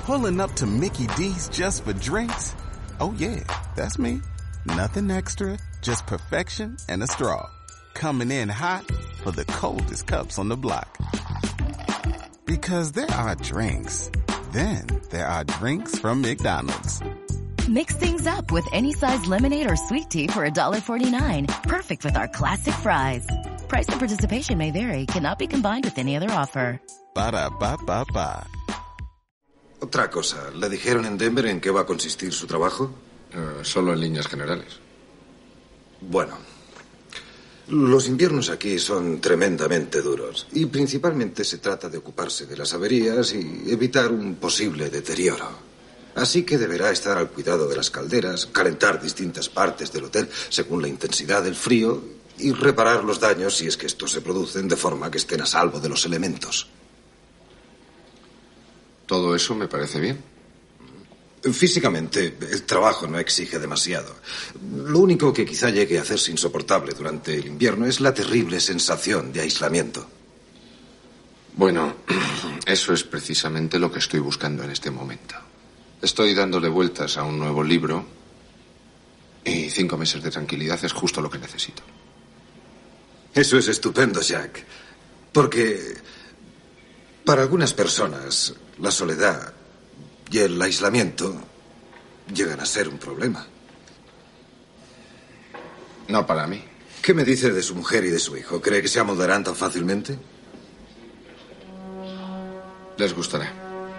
Pulling up to Mickey D's just for drinks? Oh yeah, that's me. Nothing extra, just perfection and a straw. Coming in hot for the coldest cups on the block. Because there are drinks. Then there are drinks from McDonald's. Mix things up with any size lemonade or sweet tea for $1.49. Perfect with our classic fries. Price and participation may vary. Cannot be combined with any other offer. Ba-da-ba-ba-ba. Otra cosa, ¿le dijeron en Denver en qué va a consistir su trabajo? Solo en líneas generales. Bueno, los inviernos aquí son tremendamente duros y principalmente se trata de ocuparse de las averías y evitar un posible deterioro. Así que deberá estar al cuidado de las calderas, calentar distintas partes del hotel según la intensidad del frío y reparar los daños si es que estos se producen de forma que estén a salvo de los elementos. Todo eso me parece bien. Físicamente, el trabajo no exige demasiado. Lo único que quizá llegue a hacerse insoportable durante el invierno es la terrible sensación de aislamiento. Bueno, eso es precisamente lo que estoy buscando en este momento. Estoy dándole vueltas a un nuevo libro y 5 meses de tranquilidad es justo lo que necesito. Eso es estupendo, Jack. Porque para algunas personas la soledad y el aislamiento llegan a ser un problema. No para mí. ¿Qué me dice de su mujer y de su hijo? ¿Cree que se amoldarán tan fácilmente? Les gustará.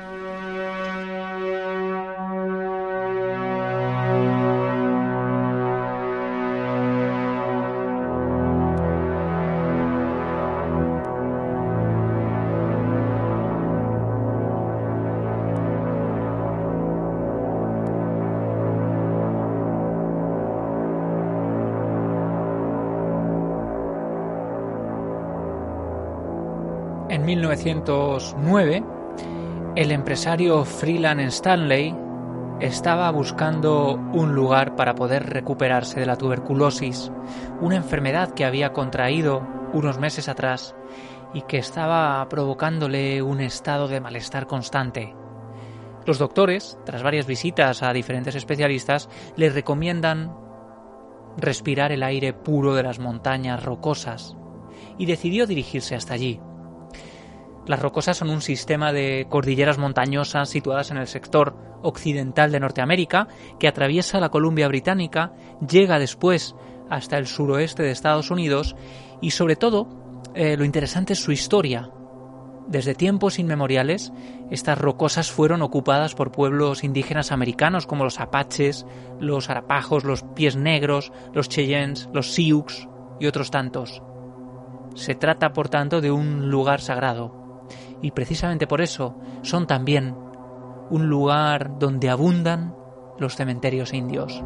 En 1909, el empresario Freeland Stanley estaba buscando un lugar para poder recuperarse de la tuberculosis, una enfermedad que había contraído unos meses atrás y que estaba provocándole un estado de malestar constante. Los doctores, tras varias visitas a diferentes especialistas, le recomiendan respirar el aire puro de las montañas rocosas y decidió dirigirse hasta allí. Las rocosas son un sistema de cordilleras montañosas situadas en el sector occidental de Norteamérica que atraviesa la Columbia Británica, llega después hasta el suroeste de Estados Unidos y sobre todo lo interesante es su historia. Desde tiempos inmemoriales, estas rocosas fueron ocupadas por pueblos indígenas americanos como los apaches, los arapajos, los pies negros, los cheyennes, los sioux y otros tantos. Se trata, por tanto, de un lugar sagrado. Y precisamente por eso son también un lugar donde abundan los cementerios indios.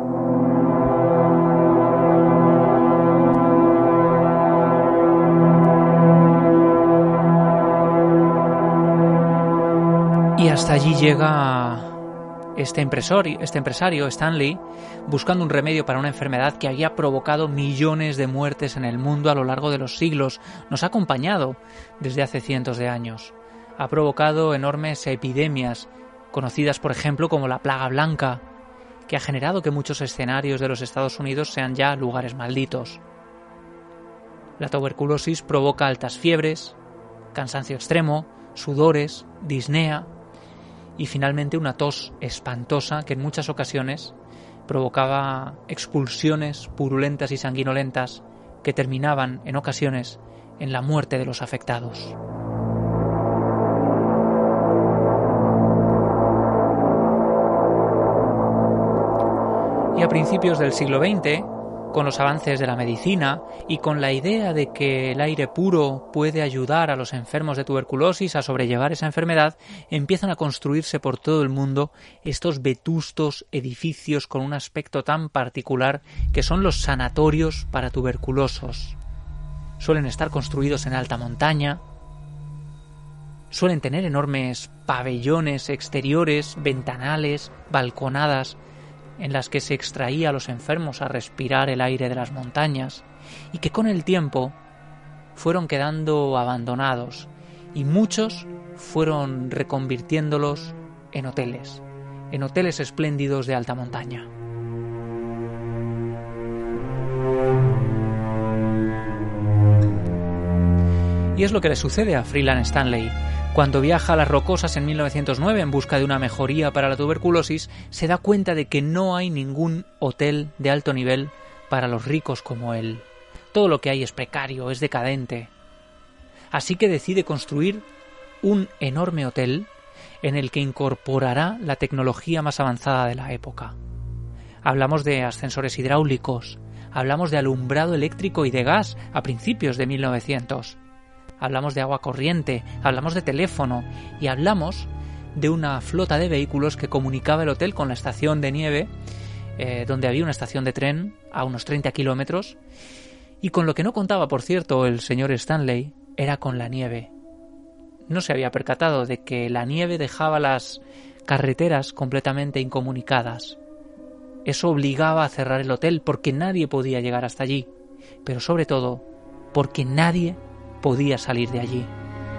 Y hasta allí llega este empresario, Stanley, buscando un remedio para una enfermedad que había provocado millones de muertes en el mundo a lo largo de los siglos. Nos ha acompañado desde hace cientos de años. Ha provocado enormes epidemias, conocidas por ejemplo como la plaga blanca, que ha generado que muchos escenarios de los Estados Unidos sean ya lugares malditos. La tuberculosis provoca altas fiebres, cansancio extremo, sudores, disnea y finalmente una tos espantosa que en muchas ocasiones provocaba expulsiones purulentas y sanguinolentas que terminaban en ocasiones en la muerte de los afectados. Y a principios del siglo XX, con los avances de la medicina y con la idea de que el aire puro puede ayudar a los enfermos de tuberculosis a sobrellevar esa enfermedad, empiezan a construirse por todo el mundo estos vetustos edificios con un aspecto tan particular que son los sanatorios para tuberculosos. Suelen estar construidos en alta montaña, suelen tener enormes pabellones exteriores, ventanales, balconadas, en las que se extraía a los enfermos a respirar el aire de las montañas y que con el tiempo fueron quedando abandonados y muchos fueron reconvirtiéndolos en hoteles espléndidos de alta montaña. Y es lo que le sucede a Freeland Stanley. Cuando viaja a las Rocosas en 1909 en busca de una mejoría para la tuberculosis, se da cuenta de que no hay ningún hotel de alto nivel para los ricos como él. Todo lo que hay es precario, es decadente. Así que decide construir un enorme hotel en el que incorporará la tecnología más avanzada de la época. Hablamos de ascensores hidráulicos, hablamos de alumbrado eléctrico y de gas a principios de 1900. Hablamos de agua corriente, hablamos de teléfono y hablamos de una flota de vehículos que comunicaba el hotel con la estación de nieve, donde había una estación de tren a unos 30 kilómetros, y con lo que no contaba, por cierto, el señor Stanley, era con la nieve. No se había percatado de que la nieve dejaba las carreteras completamente incomunicadas. Eso obligaba a cerrar el hotel porque nadie podía llegar hasta allí, pero sobre todo porque nadie podía salir de allí.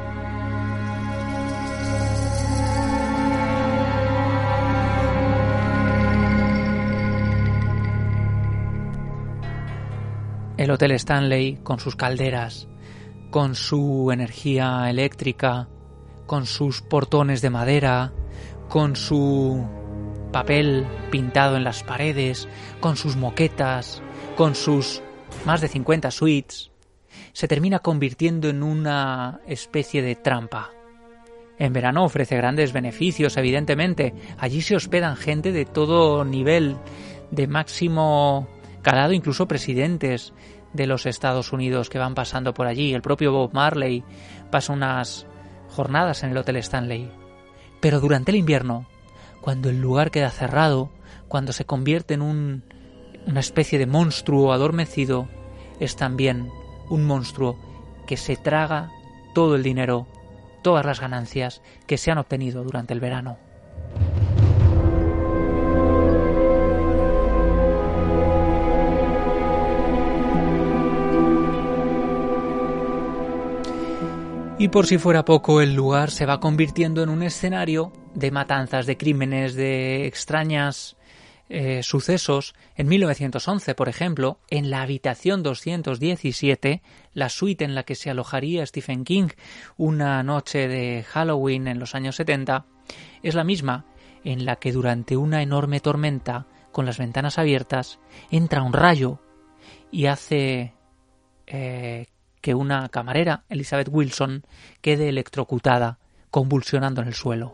El Hotel Stanley, con sus calderas, con su energía eléctrica, con sus portones de madera, con su papel pintado en las paredes, con sus moquetas, con sus más de 50 suites, se termina convirtiendo en una especie de trampa. En verano ofrece grandes beneficios, evidentemente. Allí se hospedan gente de todo nivel, de máximo calado, incluso presidentes de los Estados Unidos que van pasando por allí. El propio Bob Marley pasa unas jornadas en el Hotel Stanley. Pero durante el invierno, cuando el lugar queda cerrado, cuando se convierte en una especie de monstruo adormecido, es también un monstruo que se traga todo el dinero, todas las ganancias que se han obtenido durante el verano. Y por si fuera poco, el lugar se va convirtiendo en un escenario de matanzas, de crímenes, de extrañas sucesos. En 1911, por ejemplo, en la habitación 217, la suite en la que se alojaría Stephen King una noche de Halloween en los años 70, es la misma en la que durante una enorme tormenta, con las ventanas abiertas, entra un rayo y hace que una camarera, Elizabeth Wilson, quede electrocutada, convulsionando en el suelo.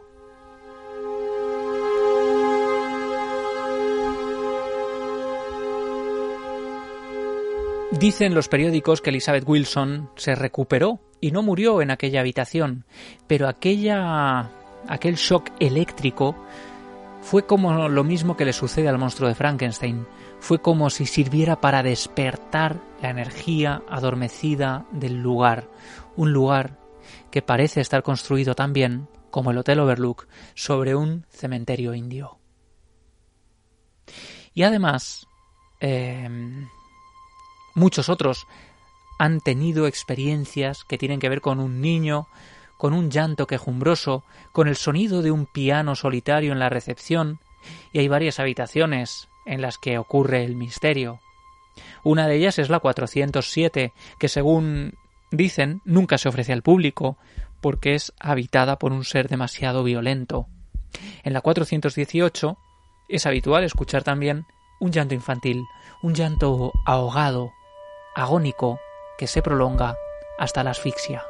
Dicen los periódicos que Elizabeth Wilson se recuperó y no murió en aquella habitación, pero aquel shock eléctrico fue como lo mismo que le sucede al monstruo de Frankenstein. Fue como si sirviera para despertar la energía adormecida del lugar. Un lugar que parece estar construido también, como el Hotel Overlook, sobre un cementerio indio. Y además, muchos otros han tenido experiencias que tienen que ver con un niño, con un llanto quejumbroso, con el sonido de un piano solitario en la recepción, y hay varias habitaciones en las que ocurre el misterio. Una de ellas es la 407, que según dicen nunca se ofrece al público porque es habitada por un ser demasiado violento. En la 418 es habitual escuchar también un llanto infantil, un llanto ahogado, agónico, que se prolonga hasta la asfixia.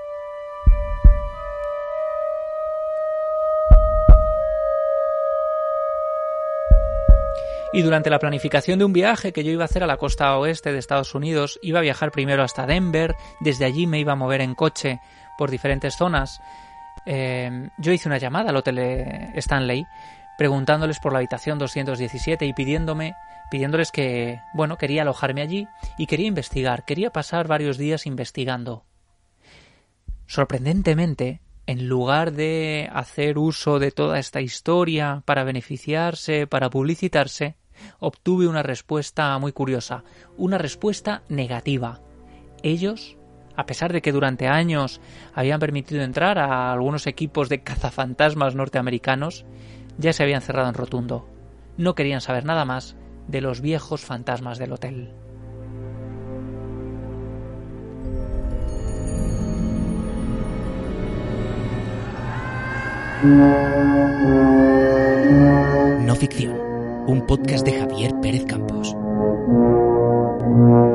Y durante la planificación de un viaje que yo iba a hacer a la costa oeste de Estados Unidos, iba a viajar primero hasta Denver, desde allí me iba a mover en coche por diferentes zonas. Yo hice una llamada al Hotel Stanley preguntándoles por la habitación 217 y pidiéndoles que, quería alojarme allí y quería investigar, quería pasar varios días investigando. Sorprendentemente, en lugar de hacer uso de toda esta historia para beneficiarse, para publicitarse, obtuve una respuesta muy curiosa, una respuesta negativa. Ellos A pesar de que durante años habían permitido entrar a algunos equipos de cazafantasmas norteamericanos, ya se habían cerrado en rotundo. No querían saber nada más de los viejos fantasmas del hotel. No ficción, un podcast de Javier Pérez Campos.